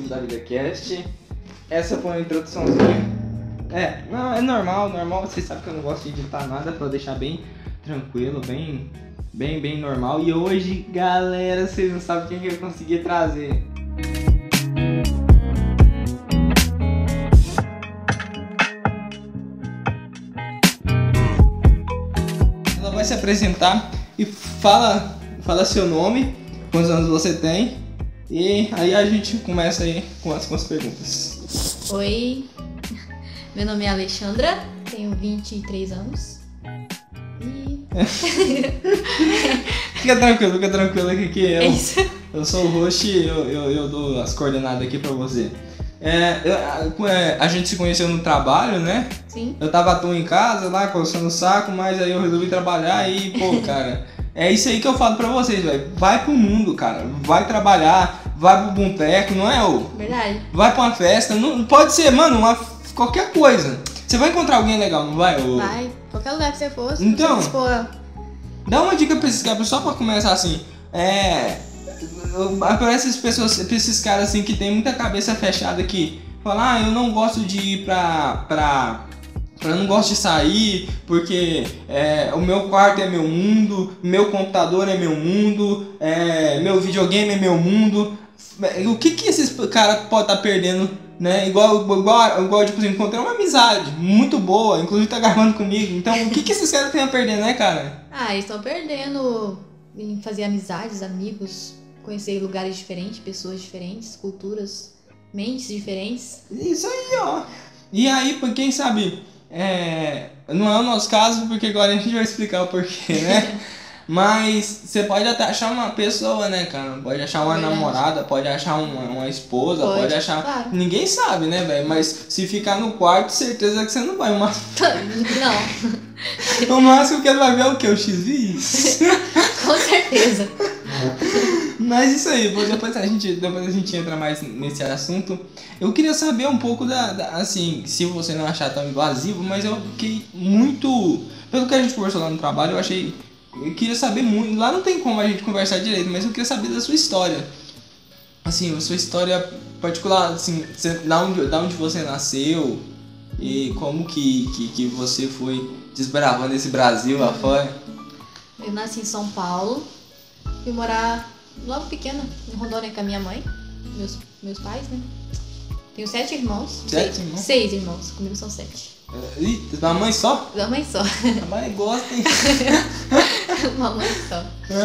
Íntimos da Vida Cast. Essa foi uma introduçãozinha. Não, é normal. Vocês sabem que eu não gosto de editar nada pra deixar bem tranquilo, bem normal. E hoje, galera, vocês não sabem quem que eu consegui trazer. Ela vai se apresentar e fala seu nome, quantos anos você tem, e aí a gente começa aí com as perguntas. Oi, meu nome é Alexandra, tenho 23 anos e... Fica tranquilo que É isso. eu sou o host e eu dou as coordenadas aqui pra você. A gente se conheceu no trabalho, né? Sim. Eu tava à toa em casa lá, coçando o saco, mas aí eu resolvi trabalhar e, pô, cara, é isso aí que eu falo pra vocês, velho. Vai pro mundo, cara. Vai trabalhar, vai pro boteco, não é, ô? Verdade. Vai pra uma festa, não, pode ser, mano, qualquer coisa. Você vai encontrar alguém legal, não vai, ô? Vai, qualquer lugar que você for, se Então, você dispor... dá uma dica pra esses caras, só pra começar assim, pra esses caras assim que tem muita cabeça fechada que falam, eu não gosto de ir eu não gosto de sair porque o meu quarto é meu mundo, meu computador é meu mundo, meu videogame é meu mundo. O que esses caras podem estar perdendo, né? Igual tipo assim, encontrei uma amizade muito boa, inclusive tá gravando comigo. Então, o que esses caras têm a perder, né, cara? Eles estão perdendo em fazer amizades, amigos, conhecer lugares diferentes, pessoas diferentes, culturas, mentes diferentes. Isso aí, ó. E aí, quem sabe, não é o nosso caso, porque agora a gente vai explicar o porquê, né? Mas você pode até achar uma pessoa, né, cara? Pode achar uma namorada, pode achar uma esposa, pode achar... Claro. Ninguém sabe, né, velho? Mas se ficar no quarto, certeza que você não vai. Não. O máximo que ele vai ver é o quê? O X-Vis? Com certeza. Mas isso aí, depois a gente entra mais nesse assunto. Eu queria saber um pouco assim, se você não achar tão invasivo, mas eu fiquei muito... Pelo que a gente conversou lá no trabalho, eu queria saber muito... Lá não tem como a gente conversar direito, mas eu queria saber da sua história. Assim, a sua história particular, assim, da onde você nasceu e como que você foi desbravando esse Brasil lá fora. Eu nasci em São Paulo, fui morar logo pequena em Rondônia com a minha mãe, meus pais, né? Tenho 7 irmãos. 7 irmãos? 6 irmãos, comigo são 7. Ih, da mãe só? Da mãe só. A mãe gosta, hein? Uma mãe só.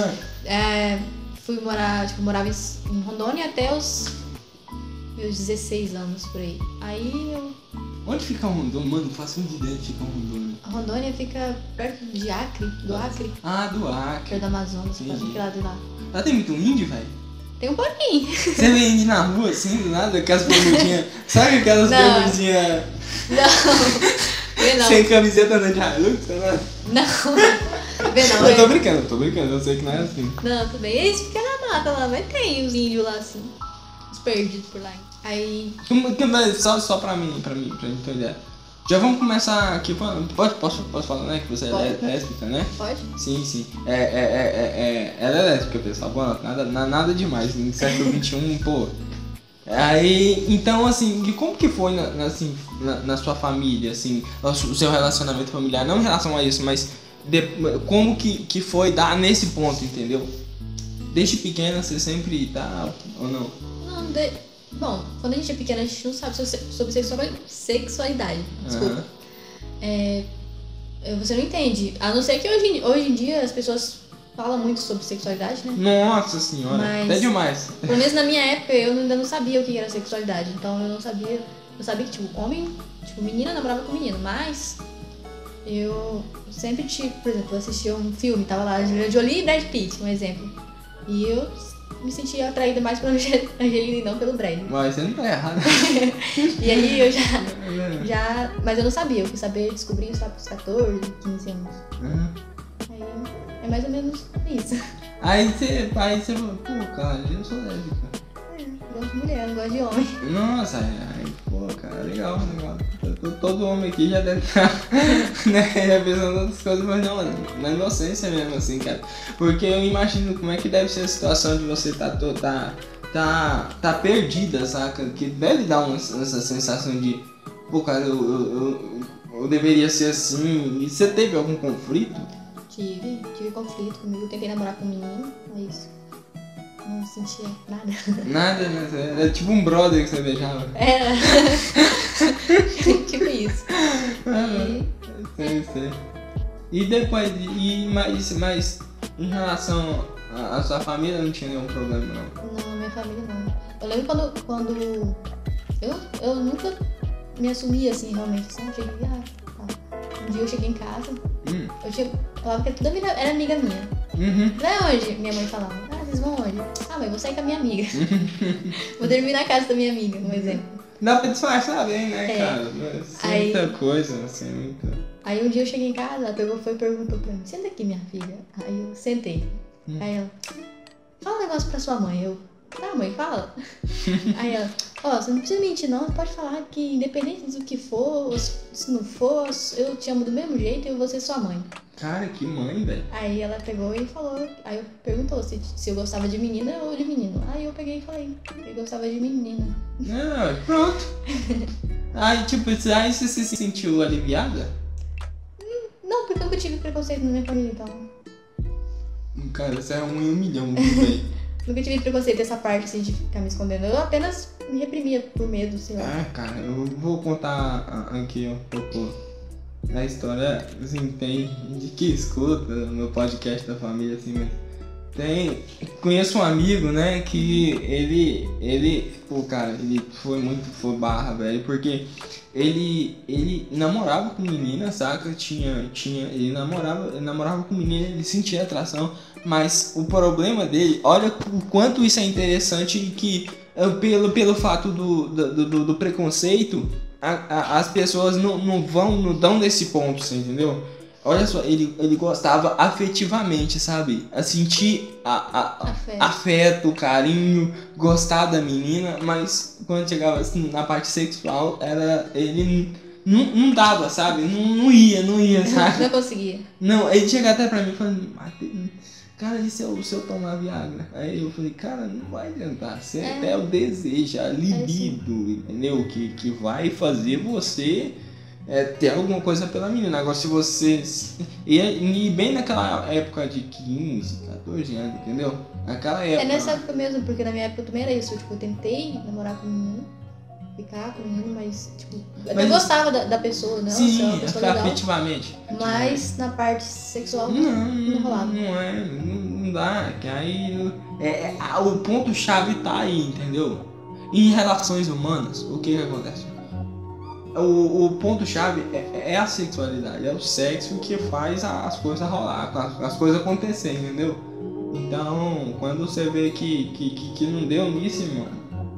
Fui morar, morava em Rondônia até os meus 16 anos por aí. Aí eu... Onde fica Rondônia? Mano, não faço ideia de ficar Rondônia. A Rondônia fica perto de Acre, do Acre. Ah, do Acre. Perto do Amazonas, Entendi. que lado de lá. Lá tem muito índio, velho? Tem um pouquinho. Você vê índio na rua assim, do nada? Aquelas bermudinhas. Sabe aquelas bermudinhas Não. sem camiseta na de Hilux? Não. Vê não. Eu tô brincando, eu sei que não é assim. Não, tudo bem. Eles ficam na mata lá, mas tem os índios lá assim. Os perdidos por lá. Aí. Só pra mim entender. Já vamos começar aqui falando. Posso falar, né? Que você é lésbica, né? Pode? Sim. Ela é lésbica, pessoal. Bom, nada demais. No século XXI, pô. Aí, então, assim, e como que foi na sua família, assim, o seu relacionamento familiar? Não em relação a isso, mas como que foi dar nesse ponto, entendeu? Desde pequena você sempre tá, ou não? Não, Bom, quando a gente é pequena a gente não sabe sobre sexualidade. Desculpa. Você não entende. A não ser que hoje em dia as pessoas falam muito sobre sexualidade, né? Nossa senhora, mas, até demais. Pelo menos na minha época eu ainda não sabia o que era sexualidade. Então eu não sabia. Eu sabia que homem, menina namorava com menino, mas eu sempre por exemplo, eu assistia um filme, tava lá Angelina Jolie e Brad Pitt, um exemplo. E eu me sentia atraída mais pela Angelina e não pelo Brad. Mas você não tá errado. E aí eu já... Mas eu não sabia, eu fui descobrir isso lá pros 14, 15 anos. Aí é mais ou menos isso. Aí você pô, cara, eu sou lésbica. Gosto de mulher, não gosto de homem. Nossa, pô, cara, legal. Todo homem aqui já deve estar, né, já pensando outras coisas, mas não, na inocência mesmo, assim, cara. Porque eu imagino como é que deve ser a situação de você tá tá perdida, saca? Que deve dar essa sensação de, pô, cara, eu deveria ser assim. E você teve algum conflito? Tive conflito comigo. Tentei namorar com um menino, mas não sentia nada. Nada, né? Era tipo um brother que você beijava. Era. Tipo isso. Sei. E depois, mas em relação à sua família não tinha nenhum problema, não? Não, minha família não. Eu lembro quando eu nunca me assumia assim, realmente, assim, eu cheguei, tá. Um dia eu cheguei em casa, eu falava que tudo era amiga minha. Pra onde? Minha mãe falava, vocês vão onde? Mãe, vou sair com a minha amiga. Vou dormir na casa da minha amiga, um exemplo. Dá pra disfarçar bem, né, cara? Mas muita coisa, assim, muita... Aí um dia eu cheguei em casa, ela foi e perguntou pra mim, senta aqui, minha filha. Aí eu sentei. Aí ela, fala um negócio pra sua mãe. Eu, tá, mãe, fala. Aí ela, você não precisa mentir não, pode falar que independente do que for, se não for, eu te amo do mesmo jeito e eu vou ser sua mãe. Cara, que mãe, velho. Aí ela pegou e falou, aí perguntou se eu gostava de menina ou de menino. Aí eu peguei e falei, eu gostava de menina. Pronto. Aí, tipo, aí você se sentiu aliviada? Não, porque eu nunca tive preconceito na minha família, então. Cara, você é 1 em 1 milhão, velho. Nunca tive preconceito essa parte assim de ficar me escondendo. Eu apenas me reprimia por medo, sei lá. Cara, eu vou contar aqui um pouco da história, assim, tem de que escuta no podcast da família, assim, mas conheço um amigo, né, que ele foi barra, velho, porque ele namorava com menina, saca? Ele namorava com menina, ele sentia atração, mas o problema dele, olha o quanto isso é interessante e que pelo fato do preconceito, as pessoas não dão nesse ponto, você entendeu? Olha só, ele gostava afetivamente, sabe? A sentir afeto, carinho, gostar da menina, mas quando chegava assim, na parte sexual, ele não dava, sabe? Não ia, sabe? Não conseguia. Não, ele chegava até pra mim falando, cara, e se eu tomar Viagra? Aí eu falei, cara, não vai adiantar, você até o desejo, a libido, entendeu? Que vai fazer você... ter alguma coisa pela menina. Agora, se você... E bem naquela época de 15, 14 anos, entendeu? Naquela época... nessa época mesmo, porque na minha época também era isso. Tipo, eu tentei namorar com o menino, ficar com o menino, mas, tipo... Eu gostava da pessoa, né? Sim, pessoa afetivamente. Mas na parte sexual não rolava. Não dá. Que aí... o ponto-chave tá aí, entendeu? Em relações humanas, o que acontece? O ponto-chave é a sexualidade, é o sexo que faz as coisas rolar, as coisas acontecer, entendeu? Então, quando você vê que não deu nisso, mano,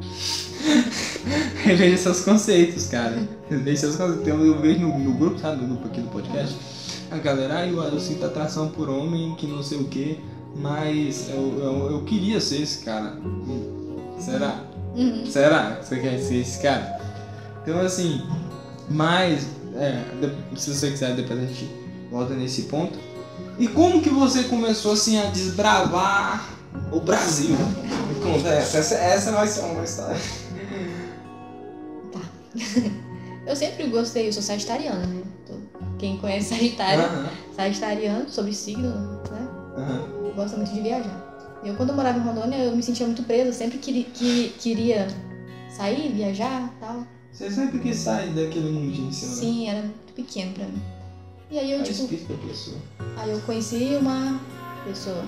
reveja seus conceitos, cara. Reveja seus conceitos. Eu vejo no grupo, sabe? No grupo aqui do podcast, a galera, eu sinto atração por homem, que não sei o que, mas eu queria ser esse cara. Será? Será que você quer ser esse cara? Então, assim, mas, se você quiser, depois a gente volta nesse ponto. E como que você começou, assim, a desbravar o Brasil? Me conta essa vai ser uma história. Tá. Eu sempre gostei, eu sou sagitariana, né? Quem conhece Sagitário, sagitariano, sobre signo, né? Gosta muito de viajar. Eu, quando eu morava em Rondônia, eu me sentia muito presa, sempre queria sair, viajar e tal. Você sempre quis sair daquele mundinho seu, né? Sim, era muito pequeno pra mim. E aí eu, aí eu conheci uma pessoa.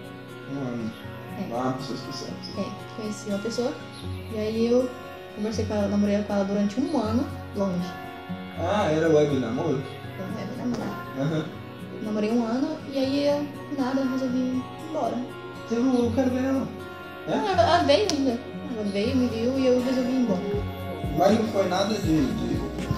Uma pessoa especial. Conheci uma pessoa. E aí eu conversei com ela, namorei com ela durante 1 ano, longe. Era web namoro? Web namoro. Namorei 1 ano e aí eu, nada, resolvi ir embora. Eu quero ver ela. Ela veio ainda. Ela veio, me viu e eu resolvi ir embora. Mas não foi nada de...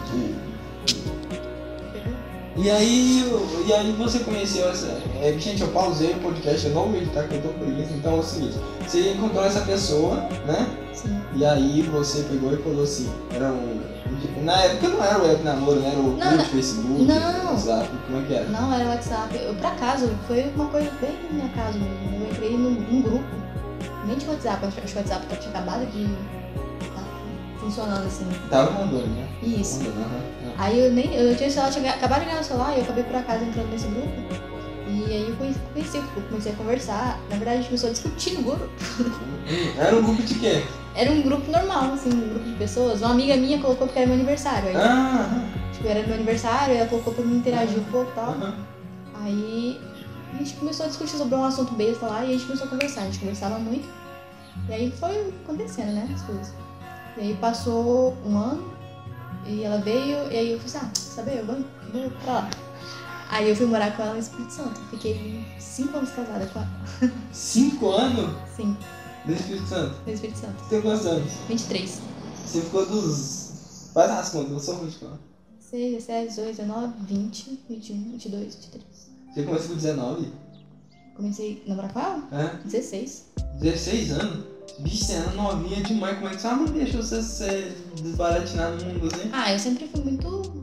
E aí você conheceu essa... gente, eu pausei o podcast, eu não vou editar que eu tô por isso. Então é o seguinte, você encontrou essa pessoa, né? Sim. E aí você pegou e falou assim, na época não era o web namoro, né? Era o grupo Facebook, WhatsApp, como é que era? Não, era o WhatsApp. Eu, por acaso, foi uma coisa bem no meu caso mesmo. Eu entrei num grupo Nem tinha WhatsApp, acho que o WhatsApp tinha acabado de tá funcionando assim. Tava mandando, né? Isso. Uhum. Aí eu tinha celular, tinha acabado de ganhar o celular e eu acabei por acaso entrando nesse grupo. E aí eu conheci o grupo, comecei a conversar. Na verdade a gente começou a discutir no grupo. Era um grupo de quê? Era um grupo normal, assim, um grupo de pessoas. Uma amiga minha colocou porque era meu aniversário. Aí, tipo, era meu aniversário, ela colocou pra me interagir um pouco e tal. Aí a gente começou a discutir sobre um assunto besta lá e a gente começou a conversar. A gente conversava muito. E aí foi acontecendo, né, as coisas. E aí passou um ano e ela veio e aí eu falei assim, sabe, eu vou pra lá. Aí eu fui morar com ela no Espírito Santo. Fiquei 5 anos casada com ela. 5 anos? Sim. No Espírito Santo? No Espírito Santo. Você tem quantos anos? 23. Você ficou dos... Faz as contas, eu sou muito claro. 6, 17, 18, 19, 20, 21, 22, 23. Você começou com 19? Comecei a namorar com ela? É? 16. 16 anos? Bicho, você era novinha demais. Como é que sua mãe deixou você ser desbaratinar no mundo assim? Eu sempre fui muito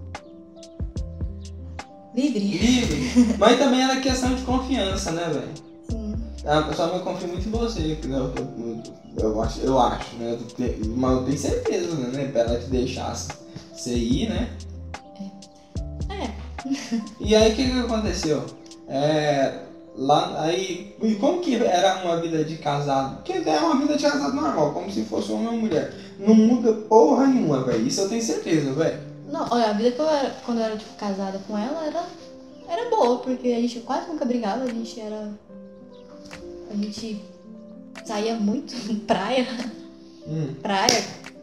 livre. Livre. Mas também era questão de confiança, né, velho? Sim. A sua mãe confia muito em você, né? Eu acho, né? Mas eu tenho certeza, né? Pra ela te deixasse você ir, né? E aí o que aconteceu? Lá, aí, e como que era uma vida de casado? Porque é uma vida de casado normal, como se fosse homem ou mulher. Não muda porra nenhuma, velho. Isso eu tenho certeza, velho. Não, olha, a vida que eu era, quando eu era tipo, casada com ela, era boa, porque a gente quase nunca brigava, a gente saía muito em praia. Praia.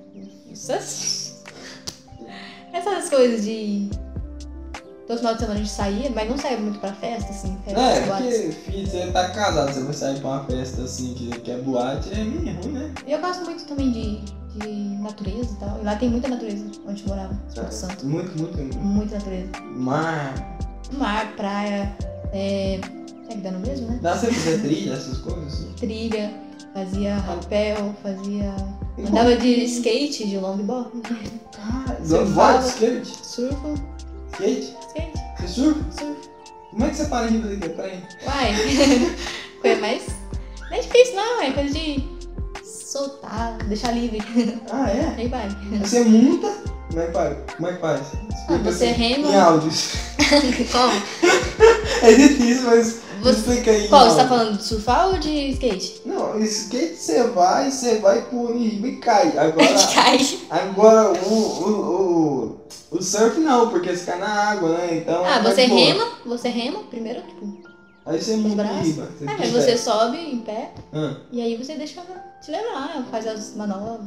Essas coisas de... Todo final de semana a gente saía, mas não saía muito pra festa, assim, porque, filho, você tá casado, você vai sair pra uma festa assim, que é boate, é meio ruim, né? E eu gosto muito também de natureza e tal. E lá tem muita natureza, onde eu morava, Espírito Santo. Muito. Muita natureza. Mar, praia, é que dá no mesmo, né? Dá pra você fazer trilha, essas coisas assim? Trilha, fazia rapel, andava de skate, de longboard. Longboard, skate? Surfo. Skate? Skate. Você surfa? Surfo. Como é que você para de fazer praia? Uai, coisa mais... Não é difícil não, é coisa de soltar, deixar livre. Ah, é? Aí vai. Você monta, como é que faz? Você rema... Em áudios. Como? É difícil, mas explica aí. Qual? Você tá falando de surfar ou de skate? Não, skate você vai por e cai. Agora o surf não, porque você cai na água, né? Então. Você rema primeiro, tipo. Aí você monta em riba. Aí você sobe em pé. E aí você deixa te levar, faz as manobras.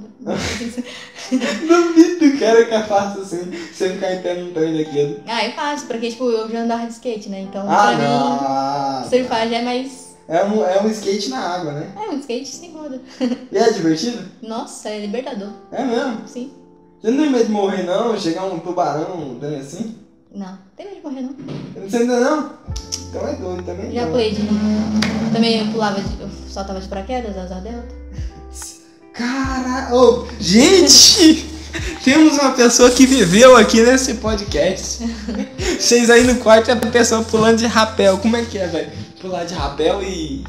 Duvido, cara, que é fácil assim, você ficar em pé num trem daquele. É fácil, porque tipo, eu já andava de skate, né? Então pra mim, surfar já é mais... É um skate na água, né? É um skate sem roda. E é divertido? Nossa, é libertador. É mesmo? Sim. Você não tem medo de morrer não? Chegar um tubarão, um trem assim? Não tem medo de morrer não. Você ainda não? Então é doido também. Já pulei também eu saltava de paraquedas, asa delta. Cara, gente! Temos uma pessoa que viveu aqui nesse podcast. Vocês aí no quarto é a pessoa pulando de rapel. Como é que é, velho? Pular de rapel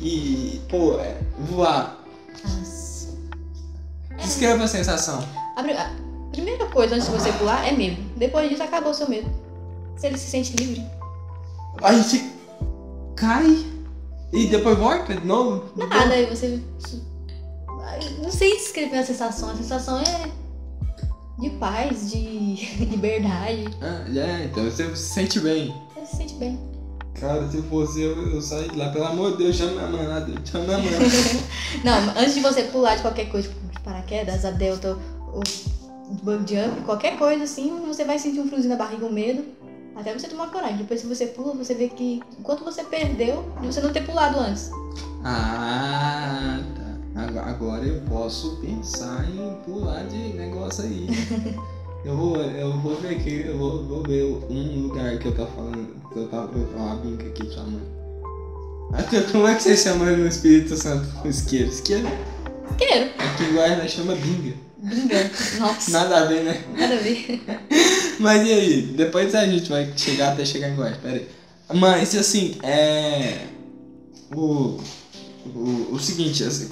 voar. Nossa. Descreva a sensação. A primeira coisa antes de você pular é medo. Depois disso acabou o seu medo. Você se sente livre. Aí você cai e depois volta de novo? Nada, aí você... Não sei descrever a sensação. A sensação é de paz, de liberdade. Então você se sente bem. Você se sente bem. Cara, se fosse eu saí de lá, pelo amor de Deus, chama minha mãe. Não, antes de você pular de qualquer coisa, tipo de paraquedas, a delta, ou bungee jump, qualquer coisa assim, você vai sentir um friozinho na barriga, um medo, até você tomar coragem. Depois que você pula, você vê que enquanto você perdeu, de você não ter pulado antes. Ah, tá. Agora eu posso pensar em pular de negócio aí. Eu vou ver aqui, eu vou ver um lugar que eu tava falando, eu tava uma binca aqui com sua mãe. Como é que você chama no Espírito Santo? Isqueiro? Isqueiro. Aqui em Guarda chama binga. Binga? Nossa. Nada a ver, né? Nada a ver. Mas e aí? Depois a gente vai chegar em Guarda, pera aí. Mas assim, o seguinte, assim,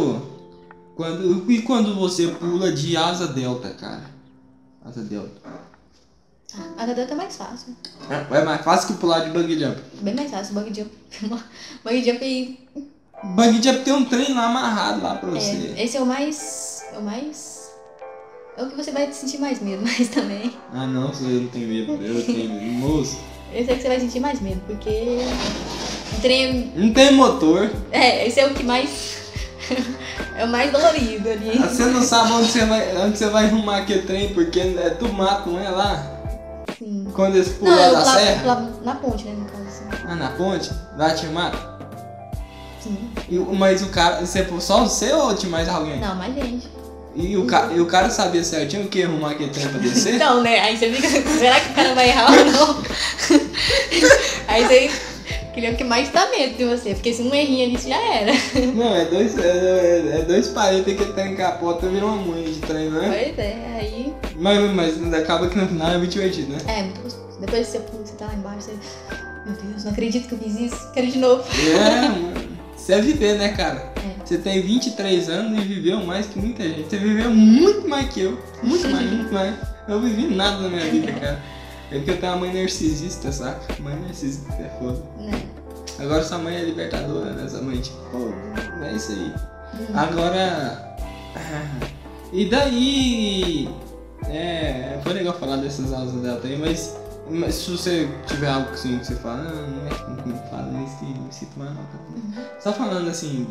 quando você pula de asa delta, cara? Asa delta. A delta é mais fácil. É mais fácil que pular de bungee jump. Bem mais fácil, bungee jump. Bungee jump aí. Bungee jump tem um trem lá amarrado lá pra você. Esse é o mais. É o que você vai sentir mais medo, mas também. Ah não, eu não tenho medo. Eu tenho medo. Moço. Esse é o que você vai sentir mais medo, porque. O trem. Não tem motor. Esse é o que mais. É o mais dolorido ali. Você não sabe onde você vai arrumar aquele trem, porque é tudo mato, não é lá? Sim. Quando eles pulam da serra? Eu pulava na ponte, né, no caso. Assim. Ah, na ponte? Lá tinha mato? Sim. Mas o cara, só você ou tinha mais alguém? Não, mais gente. E o cara sabia certinho o que arrumar aquele trem pra descer? Então, né, aí você fica, será que o cara vai errar ou não? Aí você queria o que mais dá medo de você, porque se um errinho ali, já era. Não, é dois palitos que tem capota, vira uma manha de trem, né? Pois é, aí... Mas acaba que no final é muito divertido, né? É, muito gostoso. Depois você tá lá embaixo, você... Meu Deus, não acredito que eu fiz isso, quero de novo. É, mano. Você é viver, né, cara? É. Você tem 23 anos e viveu mais que muita gente. Você viveu muito mais que eu. Muito mais. Eu vivi nada na minha vida, cara. É porque eu tenho uma mãe narcisista, saca? Mãe narcisista é foda. Agora sua mãe é libertadora, né? Sua mãe, tipo, pô, é isso aí. Agora. E daí. Foi legal falar dessas aulas dela aí, mas se você tiver algo assim que você fala, não fala isso, me sinto mal. Só falando assim.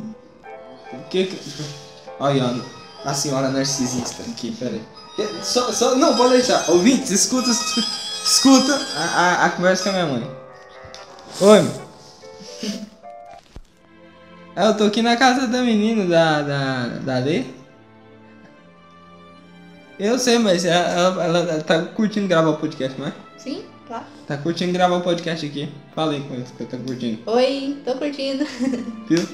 Olha, a senhora narcisista aqui, peraí. Não, vou deixar. Ouvintes, escuta a conversa com a minha mãe. Oi, eu tô aqui na casa da menina da Lê. Eu sei, mas ela tá curtindo gravar o podcast, não é? Sim, claro. Tá curtindo gravar o podcast aqui. Fala aí com eles que eu tô curtindo. Oi, tô curtindo. Viu?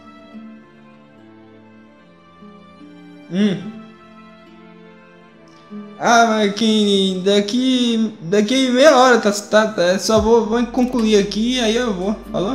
Ah, Marquinhos, daqui meia hora, só vou concluir aqui e aí eu vou. Falou?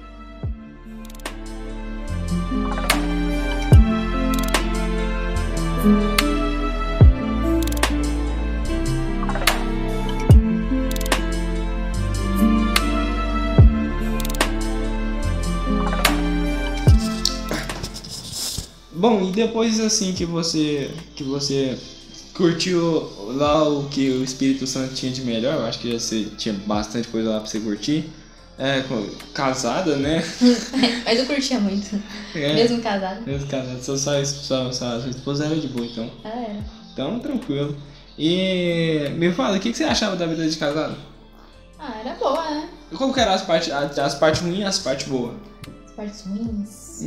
Bom, e depois assim que você curtiu lá o que o Espírito Santo tinha de melhor, eu acho que você tinha bastante coisa lá pra você curtir. Casada, né? Mas eu curtia muito. Mesmo casada. Mesmo casada. Sua esposa era de boa, então. Era. Então, tranquilo. E me fala, o que você achava da vida de casado? Era boa, né? Como que eram as partes ruins e as partes boas? As partes ruins?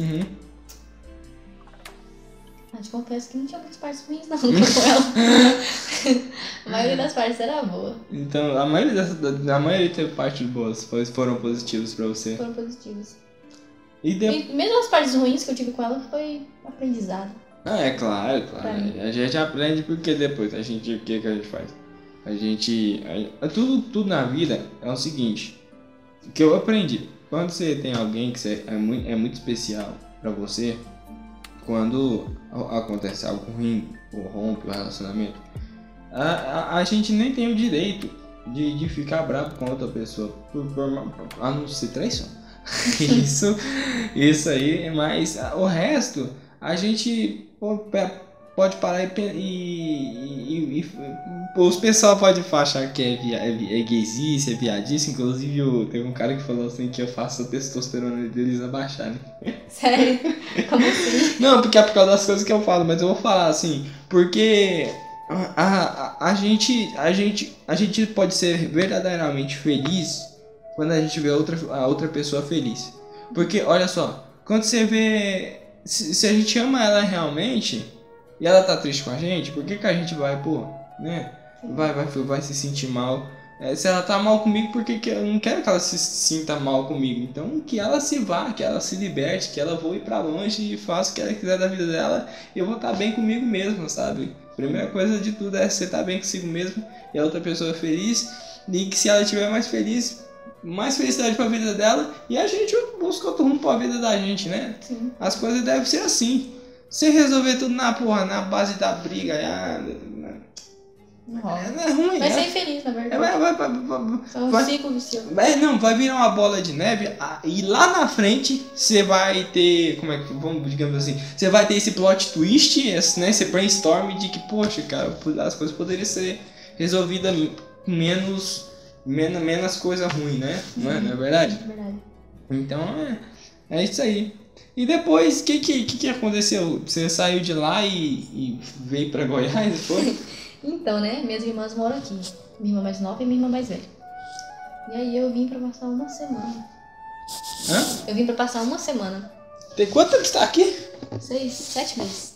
Te confesso que não tinha muitas partes ruins não com ela. A maioria das partes era boa. Então, a maioria teve partes boas, foram positivas pra você. Foram positivas. E mesmo as partes ruins que eu tive com ela foi aprendizado. É claro. A gente aprende porque depois o que a gente faz? Tudo na vida é o seguinte, que eu aprendi. Quando você tem alguém que é muito especial pra você, quando acontece algo ruim ou rompe o relacionamento, a gente nem tem o direito de ficar bravo com outra pessoa a não ser traição. Isso aí, mas o resto a gente pode parar e os pessoal pode achar que é gaysice, é viadice. Inclusive teve um cara que falou assim que eu faço a testosterona deles abaixar, né? Sério? Como assim? Não, porque é por causa das coisas que eu falo, mas eu vou falar assim, porque a gente pode ser verdadeiramente feliz quando a gente vê a outra pessoa feliz. Porque, olha só, quando você vê, se a gente ama ela realmente e ela tá triste com a gente, por que a gente vai, né? Vai se sentir mal. Se ela tá mal comigo, porque eu não quero que ela se sinta mal comigo. Então que ela se vá, que ela se liberte, que ela voe pra longe e faça o que ela quiser da vida dela. E eu vou estar bem comigo mesmo, sabe? Primeira coisa de tudo é você estar bem consigo mesmo e a outra pessoa feliz. E que se ela estiver mais feliz, mais felicidade pra vida dela e a gente busca outro rumo pra vida da gente, né? Sim. As coisas devem ser assim. Se resolver tudo na base da briga, Não rola. é ruim. Vai ser infeliz, na verdade. É um vai- ciclo vicioso. vai virar uma bola de neve e lá na frente você vai ter, digamos assim, você vai ter esse plot twist, né, esse brainstorm de que, poxa, cara, as coisas poderiam ser resolvidas com menos coisa ruim, né? Não é verdade? É verdade. Então é isso aí. E depois, o que aconteceu? Você saiu de lá e veio pra Goiás, foi? Então, né, minhas irmãs moram aqui. Minha irmã mais nova e minha irmã mais velha. E aí eu vim pra passar uma semana. Hã? Eu vim pra passar uma semana. Tem quanto tempo você tá aqui? 7 meses.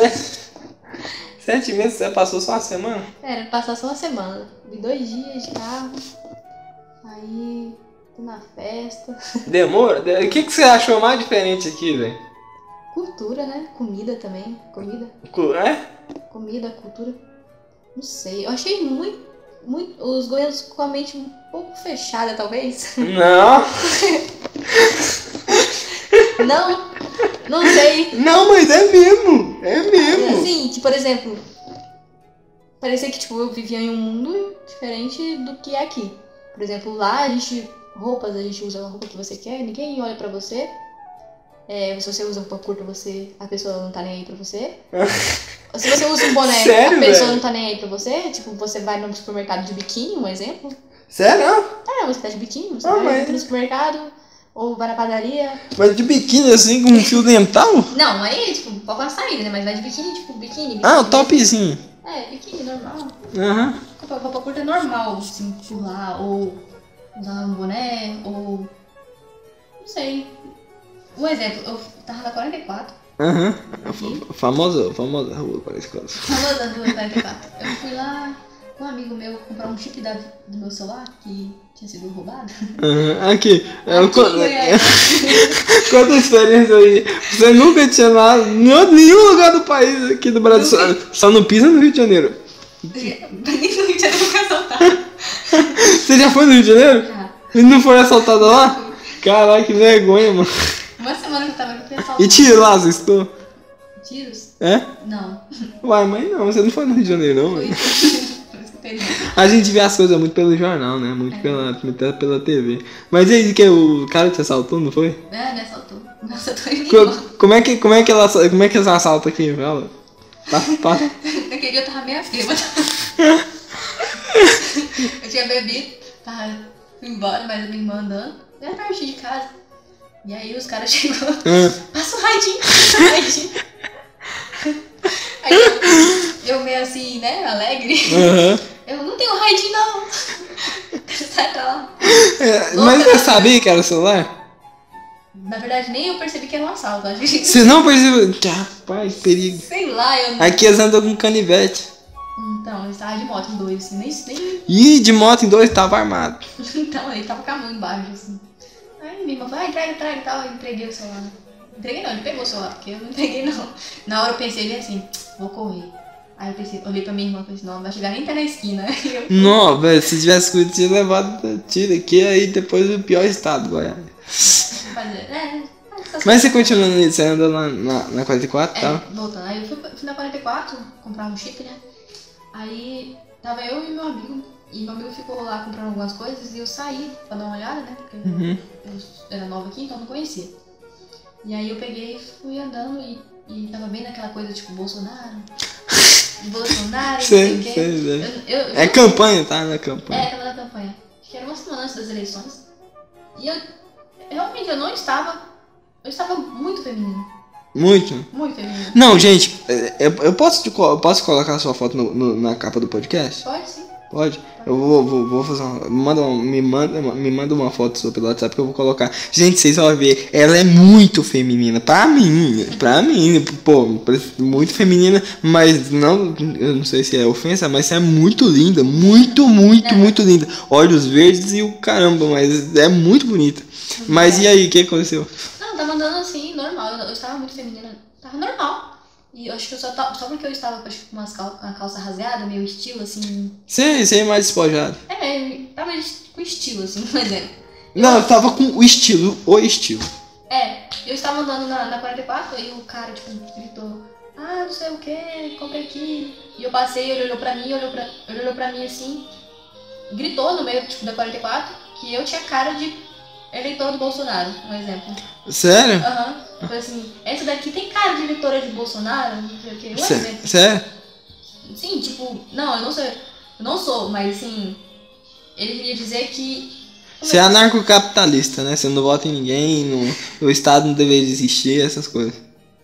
7 meses, você passou só uma semana? Era, passar só uma semana. Vi 2 dias de carro. Aí, fui na festa. Demora? O que você achou mais diferente aqui, velho? Cultura, né? Comida também. É? Comida, cultura. Não sei. Eu achei muito. Os goianos com a mente um pouco fechada, talvez. Não. Não sei. Não, mas é mesmo. É mesmo. Assim, tipo, por exemplo, parecia que tipo, eu vivia em um mundo diferente do que é aqui. Por exemplo, lá a gente usa a roupa que você quer, ninguém olha pra você. Se você usa roupa curta, a pessoa não tá nem aí pra você. Se você usa um boné, Sério, a pessoa velho? não tá nem aí pra você. Tipo, você vai no supermercado de biquíni, um exemplo. Sério? Você tá de biquíni, você Ah, vai mas- no supermercado, ou vai na padaria. Mas de biquíni assim, com um fio dental? Não, aí, tipo, pode uma saída, né? Mas vai de biquíni, tipo, biquíni. Ah, o topzinho. Biquíni normal. Aham. Roupa curta é normal, assim, pular, ou usar um boné, ou... Não sei. Um exemplo, eu tava na 44. Aham. Aqui. Famosa rua, parece que Famosa rua 44. Eu fui lá com um amigo meu comprar um chip do meu celular, que tinha sido roubado. Aham. Aqui. Goiás. Quanta experiência aí. Você nunca tinha lá em nenhum lugar do país aqui do Brasil. Só não pisa no Rio de Janeiro. Nem no Rio de Janeiro eu fui assaltada. Você já foi no Rio de Janeiro? Já. E não foi assaltada lá? Caralho, que vergonha, mano. Uma semana que eu tava aqui, eu fui assaltada. E tiro lá, você estou? Tiros? É? Não. Uai, mas não, você não foi no Rio de Janeiro, não. Foi. Mano. Por isso que eu perdi. A gente vê as coisas muito pelo jornal, né? Muito pela TV. Mas e aí, que o cara que você assaltou, não foi? Me assaltou. Me assaltou em Lima. Como é que eles assaltam aqui, fala? Naquele dia eu tava meio bêbada. Eu tinha bebido, fui embora, mas a minha irmã andando. Era perto de casa. E aí os caras chegou. Passa o raidinho. Aí eu meio assim, né, alegre. Eu não tenho raidinho não. Sai pra lá. Mas você sabia que era o celular? Na verdade, nem eu percebi que era um assalto. Acho que... Você não percebeu? Rapaz, perigo. Sei lá, eu não... Aqui eles andam com canivete. Então, eles estavam de moto em dois, assim, nem... Ih, de moto em 2 tava armado. Então, ele tava com a mão embaixo, assim. Aí minha irmã falou, entrega e tal, eu entreguei o celular. Entreguei não, ele pegou o celular, porque eu não entreguei não. Na hora eu pensei bem assim, vou correr. Aí eu pensei, olhei pra minha irmã e falei assim, não vai chegar nem até na esquina. Não, velho, se tivesse cuidado, tinha levado tiro aqui, aí depois o pior estado, Goiás. Mas você continuando nisso, você andou lá na 44 e tal? Voltando, aí eu fui na 44, comprar um chip, né? Aí tava eu e meu amigo, e meu amigo ficou lá comprando algumas coisas, e eu saí pra dar uma olhada, né? Porque eu era nova aqui, então eu não conhecia. E aí eu peguei e fui andando, e tava bem naquela coisa tipo Bolsonaro, não sei o quê. É campanha, tá? Na campanha. Tava na campanha. Acho que era uma semana antes das eleições. E eu realmente eu estava muito feminina. Muito? Muito feminina. Não, gente, eu posso colocar a sua foto na capa do podcast? Pode sim. Pode? Eu vou fazer me manda uma foto sua pelo WhatsApp que eu vou colocar. Gente, vocês vão ver, ela é muito feminina. Pra mim, pô, muito feminina, mas não, eu não sei se é ofensa, mas é muito linda, muito linda. Olhos verdes e o caramba, mas é muito bonita. Mas e aí, o que aconteceu? Não, tava andando assim, normal, eu estava muito feminina, tava normal. E eu acho que só porque eu estava com uma calça rasgada, meio estilo assim. Você é mais despojado. Tava com com estilo, assim, por exemplo. Não, eu tava com o estilo. Eu estava andando na 44 e o cara, tipo, gritou, não sei o que, comprei aqui. E eu passei, ele olhou pra mim, ele olhou pra mim assim, gritou no meio, tipo, da 44 que eu tinha cara de eleitor do Bolsonaro, um exemplo. Sério? Aham. Eu falei assim, essa daqui tem cara de eleitora de Bolsonaro, não sei o que, um exemplo. Sério? Sim, tipo, não, eu não sou, mas assim, ele queria dizer que... Você é anarcocapitalista, né? Você não vota em ninguém, o Estado não deveria existir, essas coisas.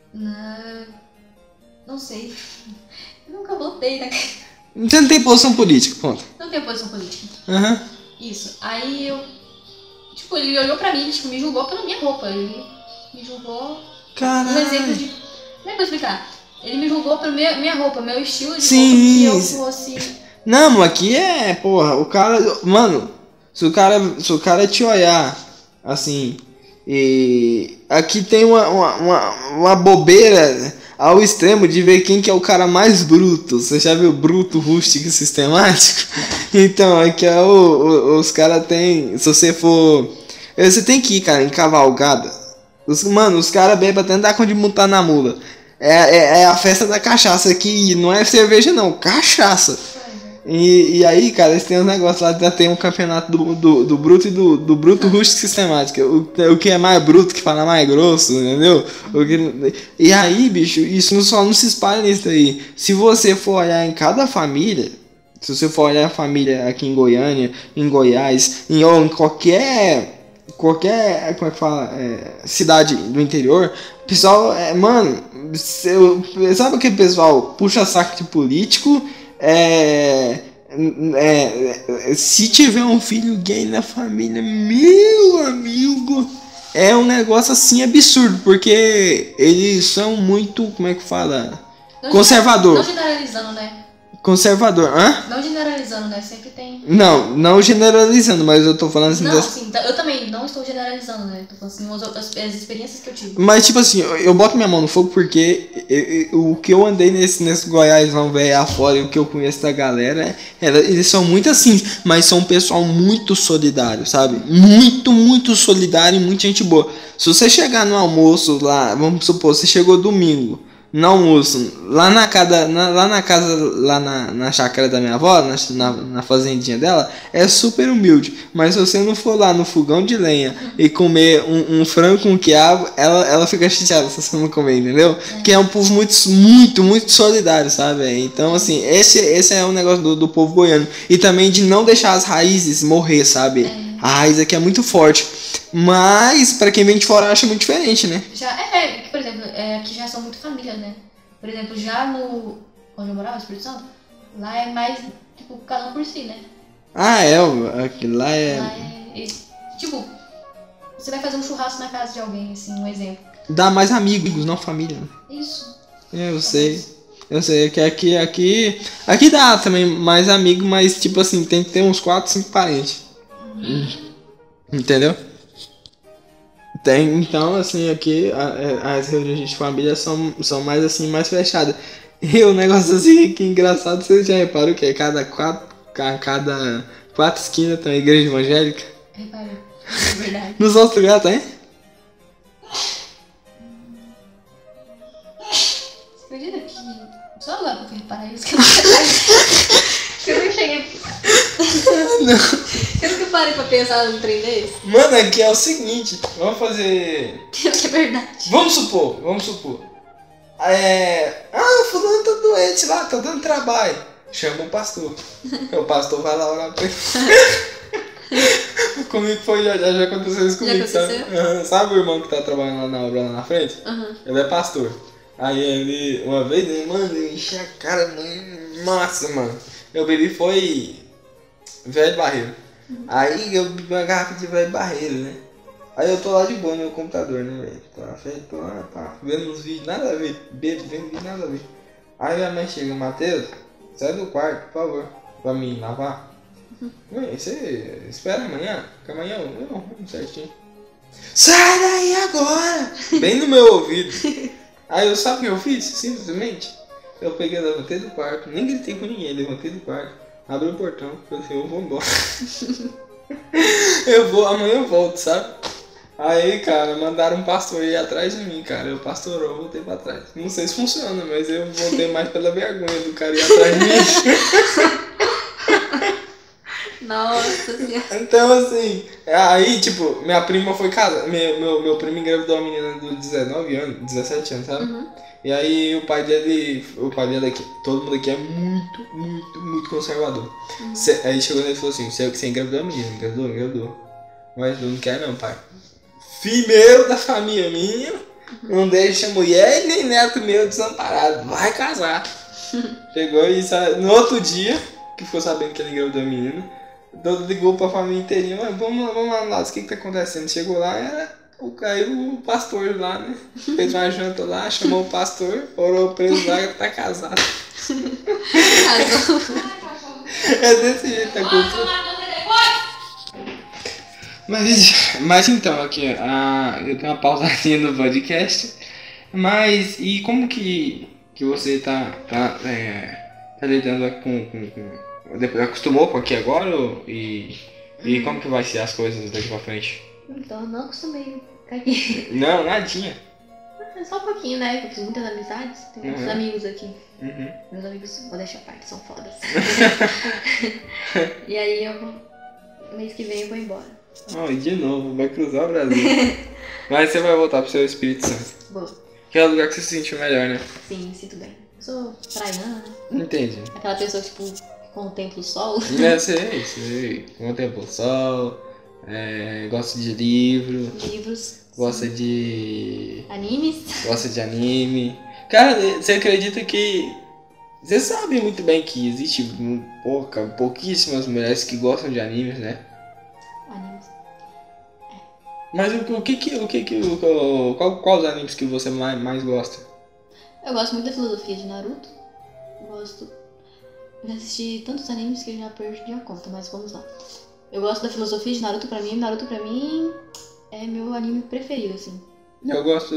Não sei. Eu nunca votei, né? Você não tem posição política, ponto. Não tenho posição política. Aham. Isso. Aí eu... Tipo, ele olhou pra mim, tipo, me julgou pela minha roupa. Ele me julgou... Caralho. Um exemplo de... Como é que eu vou explicar? Ele me julgou pela minha roupa, meu estilo de Sim. roupa, que eu fosse... Não, aqui é, porra, o cara... Mano, se o cara te olhar, assim... E aqui tem uma bobeira ao extremo de ver quem que é o cara mais bruto. Você já viu bruto, rústico e sistemático? Então, aqui é os caras tem... Se você for... Você tem que ir, cara, em cavalgada. Os caras bebem até não dá conta de montar na mula. É a festa da cachaça, que não é cerveja não, cachaça. E aí, cara, eles têm uns negócios lá, já tem um campeonato do bruto e do bruto rústico sistemático. O que é mais bruto, que fala mais grosso, entendeu? E aí, bicho, isso só não se espalha nisso aí. Se você for olhar em cada família, se você for olhar a família aqui em Goiânia, em Goiás, ou em qualquer como é que fala, cidade do interior, o pessoal, mano, sabe aquele pessoal puxa saco de político? Se tiver um filho gay na família, meu amigo, é um negócio assim absurdo, porque eles são muito, como é que fala? Conservador. Não generalizando, né? Conservador, hã? Não generalizando, né? Sempre tem... Não generalizando, mas eu tô falando assim... Não, sim, eu também não estou generalizando, né? Tô falando assim, as experiências que eu tive. Mas, tipo assim, eu boto minha mão no fogo porque o que eu andei nesse Goiás, não, velho, afora, e o que eu conheço da galera, eles são muito assim, mas são um pessoal muito solidário, sabe? Muito, muito solidário e muita gente boa. Se você chegar no almoço lá, vamos supor, você chegou domingo, no almoço, lá na chácara da minha avó, na fazendinha dela, é super humilde. Mas se você não for lá no fogão de lenha e comer um frango com quiabo, ela fica chateada se você não comer, entendeu? Que é um povo muito, muito, muito solidário, sabe? Então, assim, esse é um negócio do povo goiano. E também de não deixar as raízes morrer, sabe? A raiz aqui é muito forte. Mas, pra quem vem de fora, acha muito diferente, né? Por exemplo, aqui já são muito famílias, né? Por exemplo, já onde eu morava, no Espírito Santo, lá é mais, tipo, cada um por si, né? Aqui lá é... Tipo, você vai fazer um churrasco na casa de alguém, assim, um exemplo. Dá mais amigos, não família. Isso. Eu sei que aqui dá também mais amigo, mas, tipo assim, tem que ter uns 4, 5 parentes. Entendeu? Então, assim, aqui as reuniões de família são mais assim, mais fechadas. E o negócio assim, que engraçado, vocês já reparam que cada quatro esquinas tem uma igreja evangélica? Reparei, é verdade. Nos outros lugares tem? Você acredita que... Só agora que eu fui reparar isso, que eu não cheguei... Não. Eu nunca parei pra pensar num trem desse. Mano, aqui é o seguinte, vamos fazer... É verdade. Vamos supor. Fulano tá doente lá, tá dando trabalho. Chama o pastor. O pastor vai lá orar pra ele. Comigo já aconteceu isso comigo. Já aconteceu? Sabe o irmão que tá trabalhando lá na obra lá na frente? Uhum. Ele é pastor. Aí ele, uma vez, mano, eu enchi a cara, massa, mano. Eu bebi foi velho barreiro. Aí eu bebi uma garrafa de velho barreiro, né? Aí eu tô lá de boa no meu computador, né, velho? Tô lá, vendo uns vídeos, nada a ver, vendo vídeo, nada a ver. Aí minha mãe chega, Matheus, sai do quarto, por favor, pra mim lavar. Mãe, você espera amanhã, que amanhã eu arrumo certinho. Sai daí agora! Bem no meu ouvido. Aí eu sabe o que eu fiz? Simplesmente, eu peguei, levantei do quarto, nem gritei com ninguém, levantei do quarto, abri o portão, falei assim, eu vou embora. Amanhã eu volto, sabe? Aí, cara, mandaram um pastor ir atrás de mim, cara. Eu pastorou, eu voltei pra trás. Não sei se funciona, mas eu voltei mais pela vergonha do cara ir atrás de mim. Nossa senhora. Então, assim, aí, tipo, minha prima foi casar. Meu primo engravidou uma menina de 19 anos, 17 anos, sabe? Uhum. E aí o pai dele aqui, todo mundo aqui é muito, muito, muito conservador. Aí chegou nele e falou assim, você engravidou a menina, engravidou. Mas eu não quero não, pai. Filho meu da família minha, não deixa mulher e nem neto meu desamparado, vai casar. Chegou e no outro dia, que ficou sabendo que ele engravidou a menina, ligou pra família inteirinha, mas vamos lá, o que tá acontecendo? Chegou lá, caiu o pastor lá, né? Fez uma janta lá, chamou o pastor, orou pra ele lá, tá casado. É desse jeito a cultura. Mas então, aqui, eu tenho uma pausazinha no podcast, mas e como que você tá lidando depois acostumou com aqui agora e como que vai ser as coisas daqui pra frente? Então, eu não acostumei com aqui. Não, nadinha. É só um pouquinho, né? Eu fiz muitas amizades, tenho muitos amigos aqui. Uhum. Meus amigos, vou deixar a parte, são fodas. E aí mês que vem eu vou embora. Oh, de novo, vai cruzar o Brasil. Mas você vai voltar pro seu Espírito Santo. Vou. Que é o lugar que você se sentiu melhor, né? Sim, sinto bem. Eu sou praiana, né? Entendi. Aquela pessoa que, tipo, contempla o sol. Sei. Contempla o sol, gosta de Livros. gosta de... Animes. Gosta de anime. Cara, você acredita que... Você sabe muito bem que existe pouquíssimas mulheres que gostam de animes, né? Animes. Mas qual os animes que você mais gosta? Eu gosto muito da filosofia de Naruto. Eu já assisti tantos animes que eu já perdi a conta, mas vamos lá. Eu gosto da filosofia de Naruto pra mim é meu anime preferido, assim. Eu gosto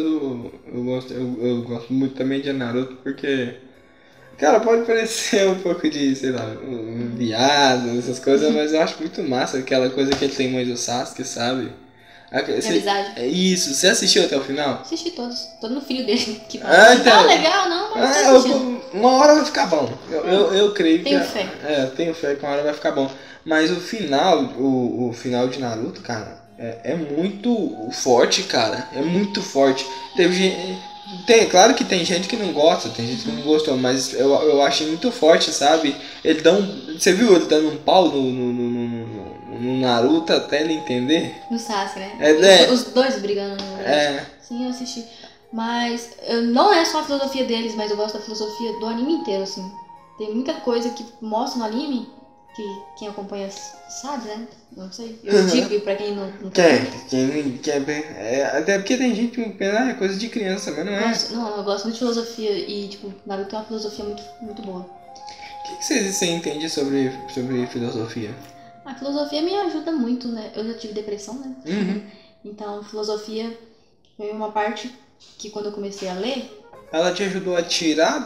muito também de Naruto porque, cara, pode parecer um pouco de, sei lá, um viado, essas coisas, mas eu acho muito massa aquela coisa que ele tem mais o Sasuke, sabe? Amizade. É isso, você assistiu até o final? Assisti todos. Tô no filho dele que fala, então, legal, não, mas tô assistindo. Uma hora vai ficar bom. Eu creio Tenho fé. Tenho fé que uma hora vai ficar bom. Mas o final de Naruto, cara, é muito forte, cara. É muito forte. Claro que tem gente que não gosta, tem gente que não gostou, mas eu achei muito forte, sabe? Você viu ele dando um pau no Naruto até ele entender? No Sasuke, né? Os dois brigando. Sim, eu assisti. Mas não é só a filosofia deles, mas eu gosto da filosofia do anime inteiro, assim. Tem muita coisa que mostra no anime, que quem acompanha sabe, né? Não sei. Eu digo pra quem não até porque tem gente que pensa, é coisa de criança, mas não é. Não, eu gosto muito de filosofia e, tipo, Naruto é uma filosofia muito, muito boa. O que você entende sobre filosofia? A filosofia me ajuda muito, né? Eu já tive depressão, né? Uhum. Então, filosofia foi uma parte que quando eu comecei a ler... Ela te ajudou a tirar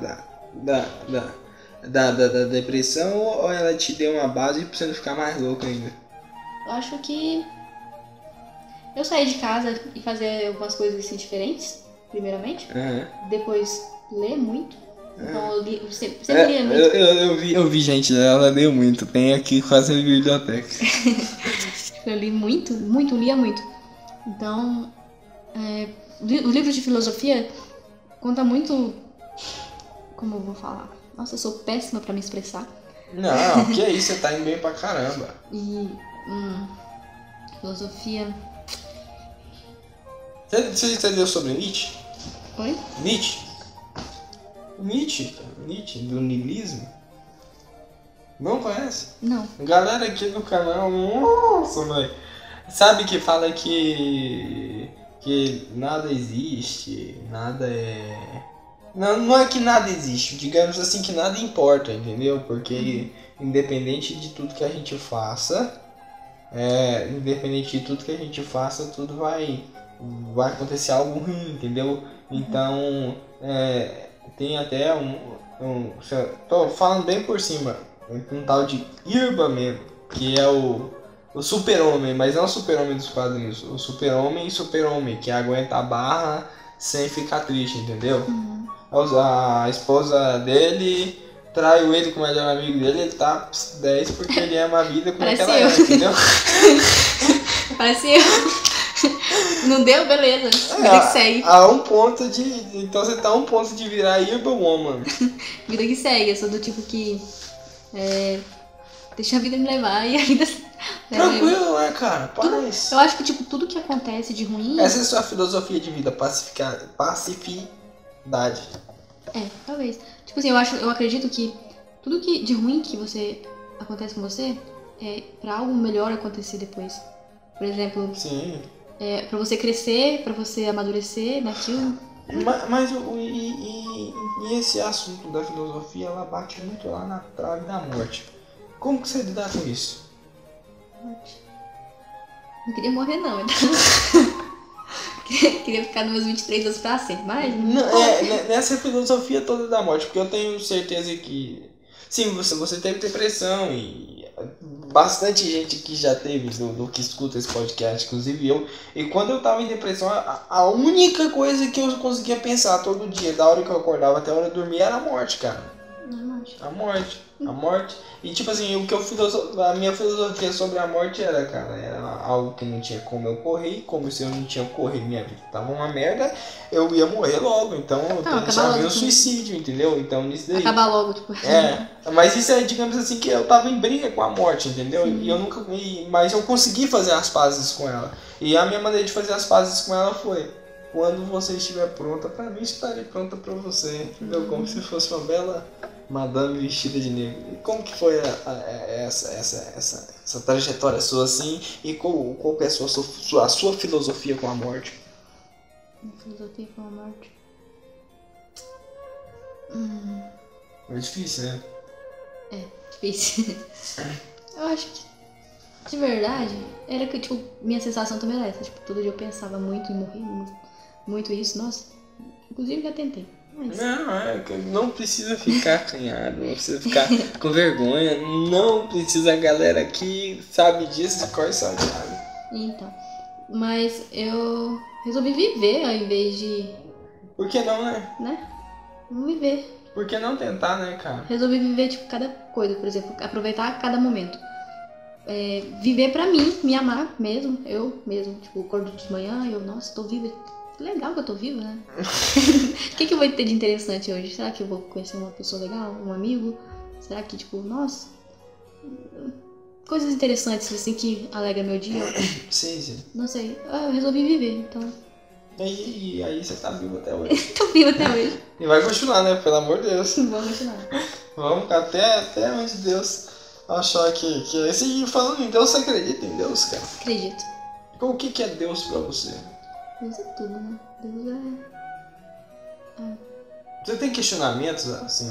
da depressão ou ela te deu uma base pra você não ficar mais louco ainda? Eu acho que eu saí de casa e fazer algumas coisas assim diferentes, primeiramente. Uhum. Depois ler muito. Então eu sempre lia muito. Eu vi gente, ela leu muito. Tem aqui quase a biblioteca. Eu li muito, lia muito. Então, os livros de filosofia conta muito... Como eu vou falar? Nossa, eu sou péssima pra me expressar. Não, que é isso, você tá indo bem pra caramba. E filosofia... Você leu sobre Nietzsche? Oi? Nietzsche, do niilismo? Não conhece? Não. Galera aqui no canal, nossa, mãe. Sabe que fala que nada existe, nada é... Não é que nada existe, digamos assim que nada importa, entendeu? Porque independente de tudo que a gente faça, tudo vai acontecer algo ruim, entendeu? Então, tem até tô falando bem por cima, um tal de Irba mesmo, que é o o super-homem, mas não o super-homem dos quadrinhos. O super-homem e super-homem, que aguenta a barra sem ficar triste, entendeu? A esposa dele traiu ele com o melhor amigo dele, ele tá 10 porque ele ama a vida como Parece ela eu. é, entendeu? Parece eu. Não deu? Beleza. Vida que segue. A um ponto de... Então você tá a um ponto de virar Urban Woman. Vida que segue. Eu sou do tipo que... deixa a vida me levar e a vida... Tranquilo, né, cara? Paz. Eu acho que, tipo, tudo que acontece de ruim... Essa é a sua filosofia de vida, pacificidade. Talvez. Tipo assim, eu acredito que tudo que de ruim que acontece com você é pra algo melhor acontecer depois. Por exemplo, Sim. Pra você crescer, pra você amadurecer naquilo. Mas e esse assunto da filosofia, ela bate muito lá na trave da morte. Como que você lida com isso? Não queria morrer não, então... queria ficar nos meus 23 anos pra sempre, mas... Nessa filosofia toda da morte, porque eu tenho certeza que... Sim, você teve depressão e bastante gente que já teve, do que escuta esse podcast, inclusive eu. E quando eu tava em depressão, a única coisa que eu conseguia pensar todo dia, da hora que eu acordava até a hora de dormir, era a morte, cara. A morte. E tipo assim, a minha filosofia sobre a morte era, cara, era algo que não tinha como eu correr, como se eu não tinha correr, minha vida tava uma merda, eu ia morrer logo, então eu pensava no suicídio, entendeu? Então nisso daí. Acabar logo, tipo. Mas isso é, digamos assim, que eu tava em briga com a morte, entendeu? E eu nunca. Mas eu consegui fazer as pazes com ela. E a minha maneira de fazer as pazes com ela foi: quando você estiver pronta pra mim, estarei pronta pra você, entendeu? Como se fosse uma bela madame vestida de negro. E como que foi essa trajetória sua assim? E qual que é a sua filosofia com a morte? Minha filosofia com a morte? É difícil, né? Difícil. Eu acho que, de verdade, era que, tipo, minha sensação também era essa. Tipo, todo dia eu pensava muito em morrer, muito isso. Nossa, inclusive já tentei. Mas... Não precisa ficar acanhado, não precisa ficar com vergonha, não precisa, a galera que sabe disso de cor salgado. Então, mas eu resolvi viver ao invés de... Por que não, né? Vamos viver. Por que não tentar, né, cara? Resolvi viver, tipo, cada coisa, por exemplo, aproveitar cada momento. Viver pra mim, me amar mesmo, eu mesmo, tipo, acordo de manhã e eu, nossa, tô viva. Que legal que eu tô viva, né? O que eu vou ter de interessante hoje? Será que eu vou conhecer uma pessoa legal? Um amigo? Será que, tipo, nossa... Coisas interessantes, assim, que alegram meu dia. Sim. Não sei. Eu resolvi viver, então... E aí você tá vivo até hoje. Tô viva até hoje. E vai continuar, né? Pelo amor de Deus. Vamos continuar. Vamos até onde Deus achar que é. E falando em Deus, você acredita em Deus, cara? Acredito. O que é Deus pra você? Deus é tudo, né? Deus Você tem questionamentos, assim,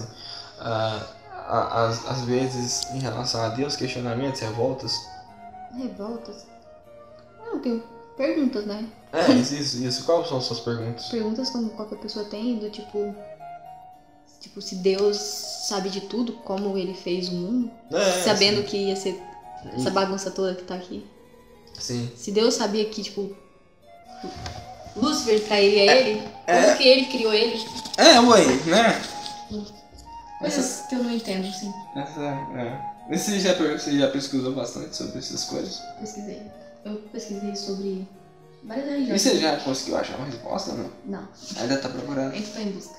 às vezes, em relação a Deus, questionamentos, revoltas? Revoltas? Não, tenho perguntas, né? Isso. Quais são as suas perguntas? Perguntas como qualquer pessoa tem, do tipo, se Deus sabe de tudo, como ele fez o mundo, sabendo sim. que ia ser essa bagunça toda que tá aqui. Sim. Se Deus sabia que, tipo, Lúcifer trairia ele, como que ele criou ele? Né? Coisas que eu não entendo, assim. Você já pesquisou bastante sobre essas coisas? Pesquisei. Eu pesquisei sobre várias religiões. E você já conseguiu achar uma resposta ou não? Não. Ainda tá procurando? Ainda tô em busca.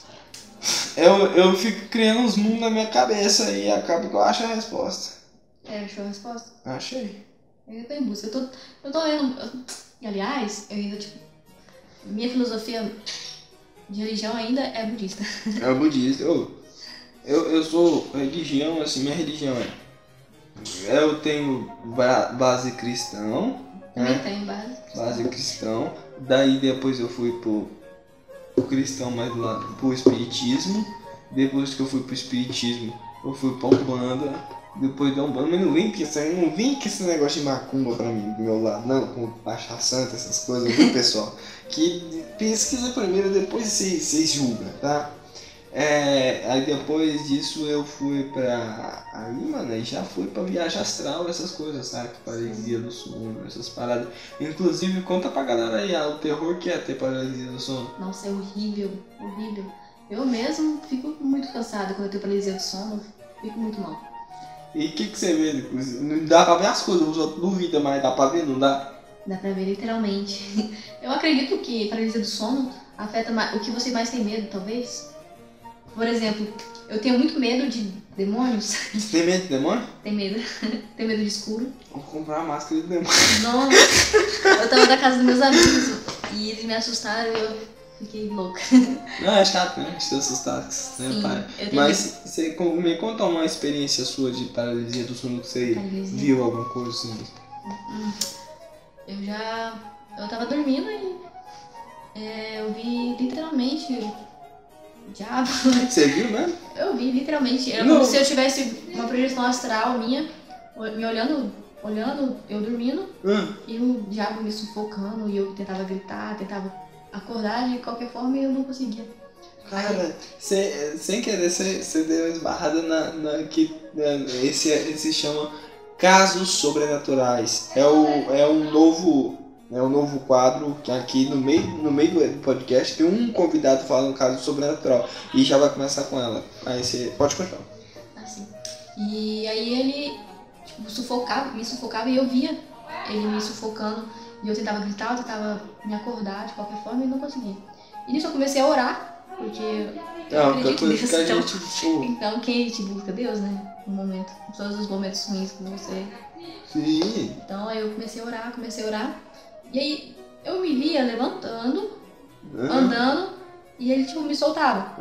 Eu fico criando uns mundos na minha cabeça e acaba que eu acho a resposta. Achou a resposta? Achei. Eu ainda tô em busca. Eu tô lendo... Aliás, eu ainda, tipo... Minha filosofia de religião ainda é budista. É budista. Eu sou religião, assim, minha religião eu tenho base cristão. Também tenho base. Base cristão. Daí depois eu fui pro cristão, mais lá pro espiritismo. Depois que eu fui pro espiritismo, eu fui pra Umbanda. Depois da Umbanda, mas não vem com esse negócio de macumba pra mim, do meu lado, não, com Baixa Santa, essas coisas, viu, pessoal? Que pesquisa primeiro, depois vocês julgam, tá? Aí depois disso eu fui pra. Aí, mano, aí já fui pra viagem astral, essas coisas, sabe? Paralisia do sono, essas paradas. Inclusive, conta pra galera aí o terror que é ter paralisia do sono. Nossa, é horrível, horrível. Eu mesmo fico muito cansada quando eu tenho paralisia do sono, fico muito mal. E o que você vê? Não dá pra ver as coisas, os outros duvidam, mas dá pra ver, não dá? Dá pra ver literalmente. Eu acredito que paralisia do sono afeta mais, o que você mais tem medo, talvez. Por exemplo, eu tenho muito medo de demônios. Você tem medo de demônio? Tenho medo. Tenho medo de escuro. Vou comprar uma máscara de demônio. Nossa, eu tava na casa dos meus amigos e eles me assustaram e eu fiquei louca. Não, é chato, né? Se assustar, né, Sim, pai? eu tenho Mas você me conta uma experiência sua de paralisia do sono que você viu alguma coisa assim. Eu tava dormindo e eu vi literalmente o diabo. Você viu mesmo? Eu vi literalmente. Era como se eu tivesse uma projeção astral minha, me olhando, eu dormindo, e o diabo me sufocando e eu tentava gritar, tentava acordar de qualquer forma e eu não conseguia. Cara, sem querer, você deu uma esbarrada esse chama Casos Sobrenaturais. É um novo quadro que aqui no meio do podcast tem um convidado falando um caso sobrenatural e já vai começar com ela. Aí você pode continuar. Assim. E aí ele me sufocava e eu via ele me sufocando e eu tentava gritar, eu tentava me acordar de qualquer forma e não conseguia. E nisso eu comecei a orar, porque eu acredito nisso. Então quem te busca? Deus, né? No momento, em todos os momentos ruins que você... Sim. Então aí eu comecei a orar. E aí eu me via levantando, andando, e ele me soltava.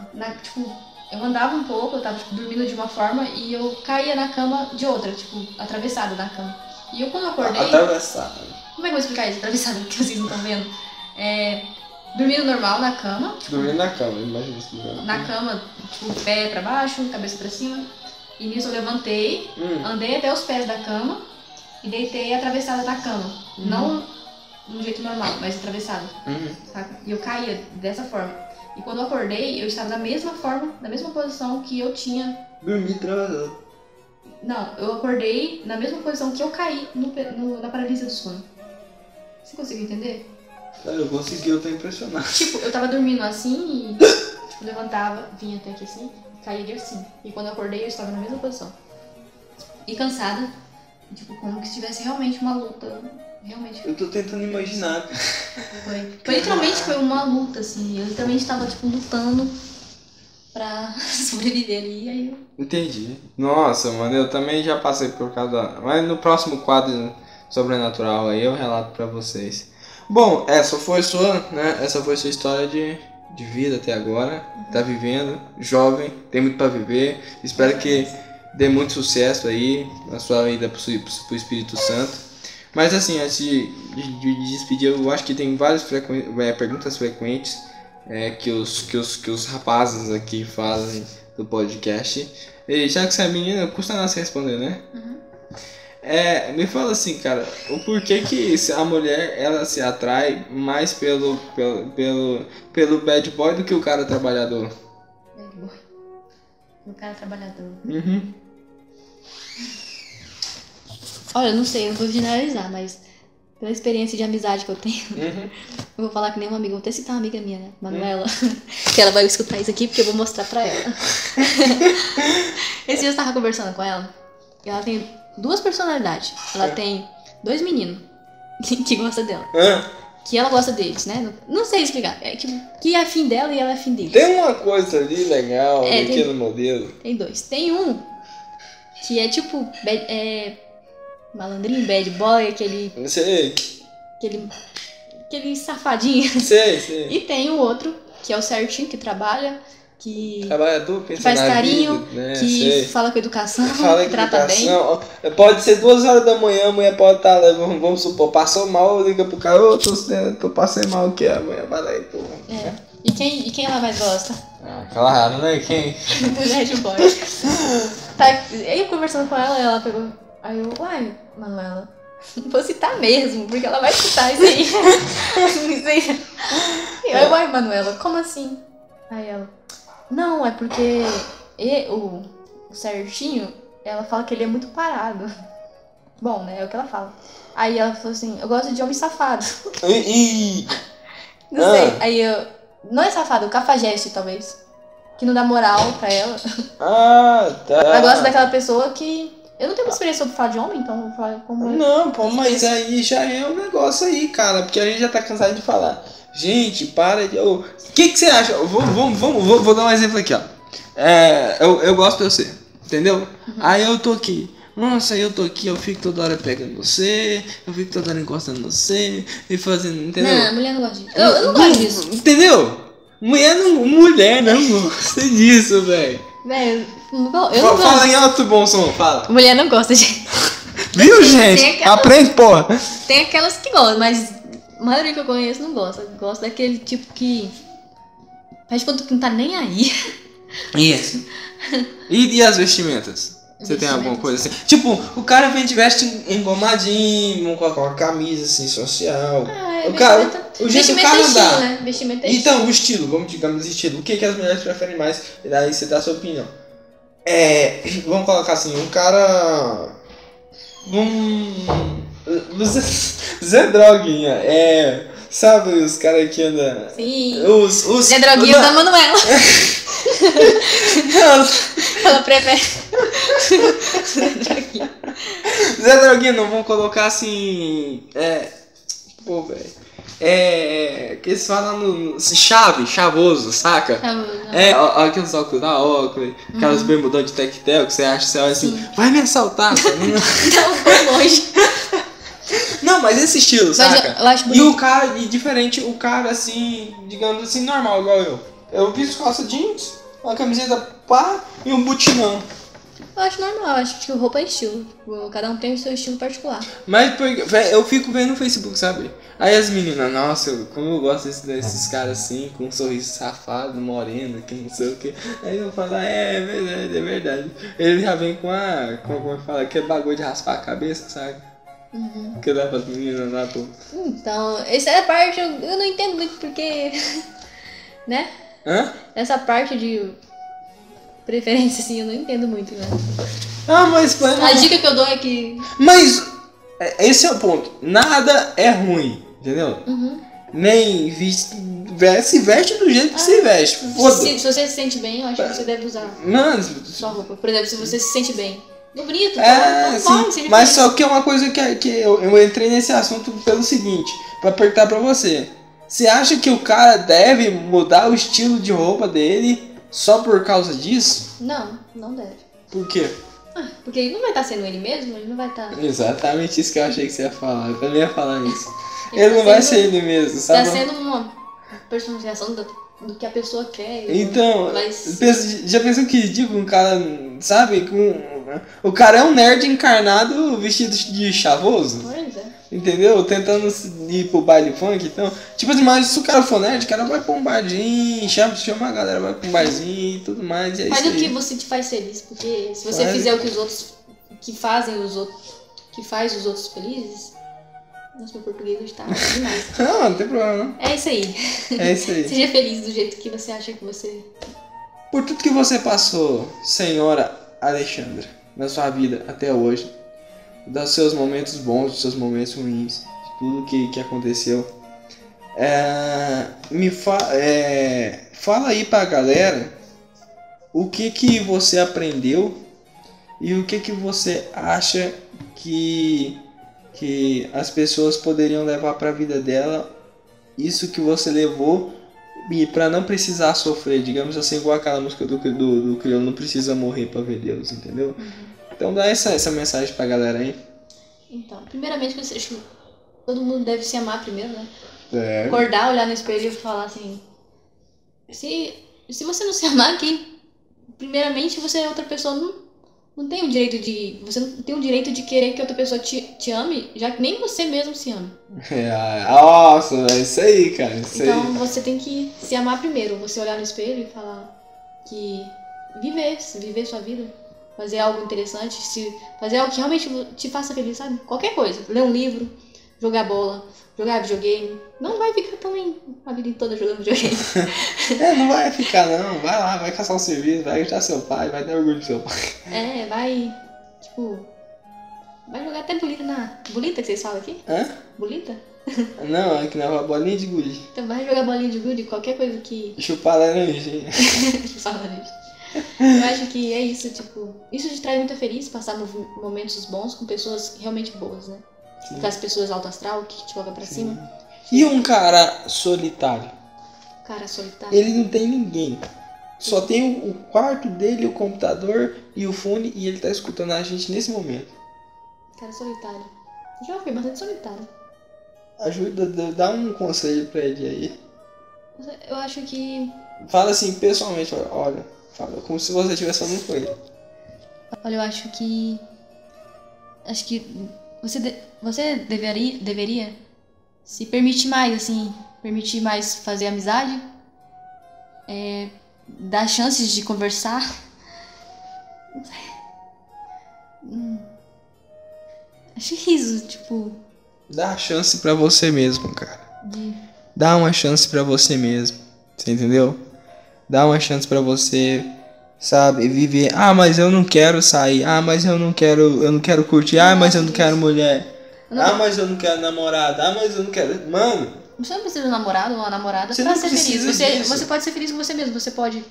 Eu andava um pouco, eu tava dormindo de uma forma e eu caía na cama de outra, atravessada na cama. E eu quando eu acordei... Atravessada. Como é que eu vou explicar isso? Atravessada, porque vocês não estão vendo. Dormindo normal na cama. Dormindo na cama, imagina isso. Na cama, pé pra baixo, cabeça pra cima. E nisso eu levantei, andei até os pés da cama e deitei atravessada na cama. Não no jeito normal, mas atravessada. Sabe? E eu caía dessa forma. E quando eu acordei, eu estava na mesma forma, na mesma posição que eu tinha... Dormi travado. Não, eu acordei na mesma posição que eu caí na paralisia do sono. Você conseguiu entender? Cara, eu consegui, eu tô impressionado. Eu tava dormindo assim e levantava, vinha até aqui assim, caía de assim. E quando eu acordei, eu estava na mesma posição. E cansada, como se tivesse realmente uma luta. Realmente. Eu tô tentando imaginar. Foi literalmente uma luta, assim. Eu literalmente tava, lutando pra sobreviver ali. Aí eu... Entendi. Nossa, mano, eu também já passei por causa... Mas no próximo quadro sobrenatural aí eu relato pra vocês. Bom, essa foi sua história de vida até agora. Tá vivendo, jovem, tem muito pra viver. Espero que dê muito sucesso aí na sua vida pro Espírito Santo. Mas assim, antes de despedir, eu acho que tem várias perguntas frequentes que os rapazes aqui fazem do podcast. E já que você é menina, custa nada se responder, né? Me fala assim, cara, o porquê que a mulher ela se atrai mais pelo bad boy do que o cara trabalhador? Bad boy. O cara trabalhador. Olha, eu não sei, eu não vou generalizar, mas pela experiência de amizade que eu tenho, eu vou falar que nem uma amiga, vou até citar uma amiga minha, né, Manuela, que ela vai escutar isso aqui porque eu vou mostrar pra ela. Esse dia eu tava conversando com ela, e ela tem 2 personalidades. Ela tem 2 meninos que gostam dela. Que ela gosta deles, né? Não sei explicar. É que é afim dela e ela é afim deles. Tem uma coisa ali legal naquele modelo. Tem 2. Tem um que é malandrinho, bad boy, aquele... Sei. Aquele safadinho. Sei. E tem o outro, que é o certinho, que trabalha, que faz carinho, vida, né? que fala com educação, que trata bem. Pode ser 2 horas da manhã, a mulher pode estar lá, vamos supor, passou mal, liga pro cara, tô passei mal, o que? A mulher vai lá e pô. E quem ela mais gosta? Claro, né? Quem? Do bad boy. Eu conversando com ela, ela pegou... Aí eu, uai, Manuela, vou citar mesmo, porque ela vai citar isso aí. E eu, uai, Manuela, como assim? Aí ela, Não, é porque o certinho, ela fala que ele é muito parado. Bom, né? É o que ela fala. Aí ela falou assim, eu gosto de homem safado. Não sei. Aí eu... Não é safado, é o cafajeste, talvez. Que não dá moral pra ela. Tá. Ela gosta daquela pessoa que... Eu não tenho muita experiência sobre falar de homem, então eu vou falar como... Não, pô, mas aí já é um negócio aí, cara. Porque a gente já tá cansado de falar. Gente, para de... O que você acha? Vou dar um exemplo aqui, ó. Eu gosto de você, entendeu? Uhum. Aí eu tô aqui. Nossa, eu tô aqui, eu fico toda hora pegando você, eu fico toda hora encostando em você e fazendo, entendeu? Não, mulher não gosta disso. Eu não gosto disso. Entendeu? Mulher não gosta disso, velho. Velho, eu não gosto. Fala em alto bom som, fala. Mulher não gosta de... Viu, gente? Aprende, porra. Tem aquelas que gostam, mas a maioria que eu conheço não gosta. Gosta daquele tipo que... Faz quanto que não tá nem aí. Isso. E as vestimentas? Você tem alguma coisa assim? Tipo, o cara vem de veste engomadinho, com a camisa assim, social. O jeito do cara andar. Né? Vestimento é então, estilo. O estilo, digamos estilo. O que as mulheres preferem mais? E daí você dá a sua opinião. Vamos colocar assim, um cara... Zé Droguinha, sabe os caras que andam... Sim, Zé Droguinha da Manuela. Ela prefere Zé Droguinha, não vamos colocar assim. Pô, velho. Que eles falam no. Chavoso, saca? Aqueles óculos da Oakley, aquelas bermudões de tectel que você acha, você olha assim, vai me assaltar. Não, vou longe. Não, mas esse estilo, saca? Eu acho bonito. E o cara, diferente, o cara assim, digamos assim, normal, igual eu. Eu visto calça jeans, uma camiseta pá e um butinão. Eu acho normal, eu acho que roupa é estilo. Cada um tem o seu estilo particular. Mas eu fico vendo no Facebook, sabe? Aí as meninas, nossa, como eu gosto desses caras assim, com um sorriso safado, moreno, que não sei o que. Aí eu falo, é verdade. Ele já vem como fala, aquele bagulho de raspar a cabeça, sabe? Uhum. Que dá pras meninas lá, pô. Então, essa é a parte, eu não entendo muito porque... né? Essa parte de preferência, assim, eu não entendo muito, né? Mas... A dica que eu dou é que... Mas, esse é o ponto. Nada é ruim, entendeu? Uhum. Nem se veste do jeito que se veste. Se você se sente bem, eu acho que você deve usar sua roupa. Por exemplo, se você se sente bem. Bonito, sim, mas só que é uma coisa que eu entrei nesse assunto pelo seguinte, pra perguntar pra você. Você acha que o cara deve mudar o estilo de roupa dele só por causa disso? Não, não deve. Por quê? Porque ele não vai estar sendo ele mesmo, ele não vai estar... Exatamente isso que eu achei que você ia falar, eu também ia falar isso. Ele não vai ser ele mesmo, sabe? Tá sendo uma personificação do que a pessoa quer. Então, já pensou que ridículo um cara, sabe? O cara é um nerd encarnado vestido de chavoso. Pois é. Entendeu? Tentando ir pro baile funk, então... Tipo assim, mas se o cara for nerd, o cara vai pra um barzinho, chama a galera, vai pra um barzinho e tudo mais, e é faz isso o que você te faz feliz, porque se você fizer o que os outros... que faz os outros felizes... Nossa, meu português hoje tá demais. Não tem problema não. É isso aí. Seja feliz do jeito que você acha que você... Por tudo que você passou, senhora Alexandra, na sua vida até hoje... dos seus momentos bons, dos seus momentos ruins, de tudo que aconteceu. Fala aí pra galera o que você aprendeu e o que você acha que as pessoas poderiam levar pra vida dela, isso que você levou, e pra não precisar sofrer, digamos assim, igual aquela música do Crioulo, não precisa morrer pra ver Deus, entendeu? Uhum. Então dá essa mensagem pra galera aí. Então, primeiramente, eu acho que todo mundo deve se amar primeiro, né? Acordar, olhar no espelho e falar assim... Se você não se amar aqui, primeiramente você é outra pessoa, não tem o direito de... Você não tem o direito de querer que outra pessoa te ame, já que nem você mesmo se ama. Nossa, é isso aí, cara. Então você tem que se amar primeiro. Você olhar no espelho e falar que... Viver sua vida. Fazer algo interessante, fazer algo que realmente te faça feliz, sabe? Qualquer coisa. Ler um livro, jogar bola, jogar videogame. Não vai ficar também a vida toda jogando videogame. Não vai ficar não. Vai lá, vai caçar um serviço, vai ajudar seu pai, vai ter orgulho do seu pai. Vai, tipo... Vai jogar até bolita Bolita que vocês falam aqui? Hã? Bolita? Não, é que não é uma bolinha de gude. Então vai jogar bolinha de gude, qualquer coisa que... Chupar laranja. Chupar laranja. Eu acho que é isso, tipo... Isso te traz muita feliz, passar momentos bons com pessoas realmente boas, né? Sim. Aquelas pessoas alto astral que te colocam pra cima. E um cara solitário? Cara solitário. Ele não tem ninguém. Só tem o quarto dele, o computador e o fone, e ele tá escutando a gente nesse momento. Cara solitário. Já fui bastante solitário. Ajuda, dá um conselho pra ele aí. Eu acho que... Fala assim, pessoalmente, olha. Fala como se você estivesse falando com ele. Olha, eu acho que você deveria se permitir mais, assim, permitir mais fazer amizade, dar chances de conversar. Acho isso, tipo... Dá a chance pra você mesmo, cara. Dá uma chance pra você mesmo. Você entendeu? Dá uma chance pra você, sabe, viver. Ah, mas eu não quero sair. Ah, mas eu não quero curtir. Ah, mas eu não quero mulher. Ah, mas eu não quero namorada. Ah, mas eu não quero... Mano... Você não precisa de um namorado ou uma namorada Você pra não ser feliz. precisa Você pode ser feliz com você mesmo. Você pode...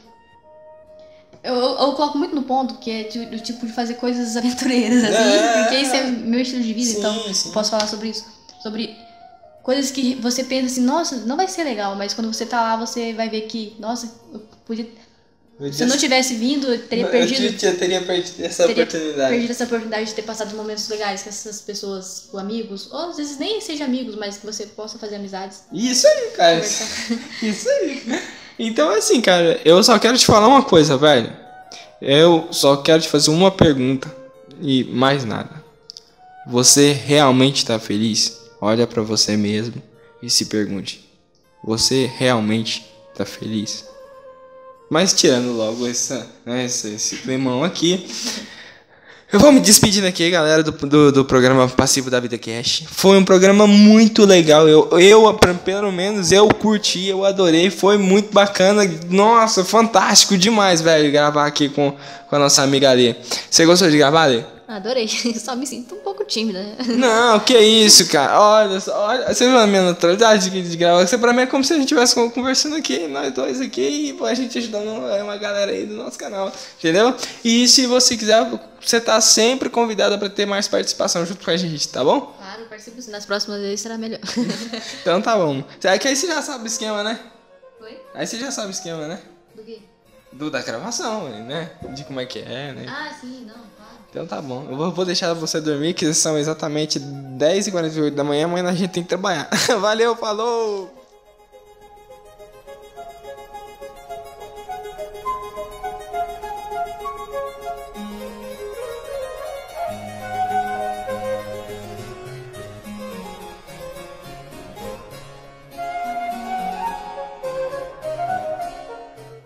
Eu coloco muito no ponto que é do tipo de fazer coisas aventureiras, assim. Porque isso é meu estilo de vida, sim, então sim. Posso falar sobre isso. Sobre coisas que você pensa assim, nossa, não vai ser legal. Mas quando você tá lá, você vai ver que, nossa, eu podia... Se eu não tivesse vindo, eu teria perdido... Eu teria perdido essa oportunidade. Perdido essa oportunidade de ter passado momentos legais com essas pessoas, com amigos. Ou às vezes nem seja amigos, mas que você possa fazer amizades. Isso aí, cara. Isso aí. Então, assim, cara, eu só quero te falar uma coisa, velho. Eu só quero te fazer uma pergunta e mais nada. Você realmente tá feliz? Olha pra você mesmo e se pergunte. Você realmente tá feliz? Mas tirando logo esse climão aqui, eu vou me despedindo aqui, galera, do programa Passivo da Vida Cash. Foi um programa muito legal. Pelo menos, eu curti, eu adorei. Foi muito bacana. Nossa, fantástico demais, velho, gravar aqui com a nossa amiga Ali. Você gostou de gravar, Ali? Adorei. Só me sinto um pouco tímida. Não, que isso, cara. Olha, você viu a minha naturalidade de gravar? Você pra mim é como se a gente estivesse conversando aqui, nós dois aqui, e a gente ajudando uma galera aí do nosso canal, entendeu? E se você quiser, você tá sempre convidada pra ter mais participação junto com a gente, tá bom? Claro, participo. Nas próximas vezes será melhor. Então tá bom. É que aí você já sabe o esquema, né? Oi? Aí você já sabe o esquema, né? Do quê? Da gravação, né? De como é que é, né? Ah, sim, não, claro. Então tá bom. Eu vou deixar você dormir, que são exatamente 10h48 da manhã. Amanhã a gente tem que trabalhar. Valeu, falou!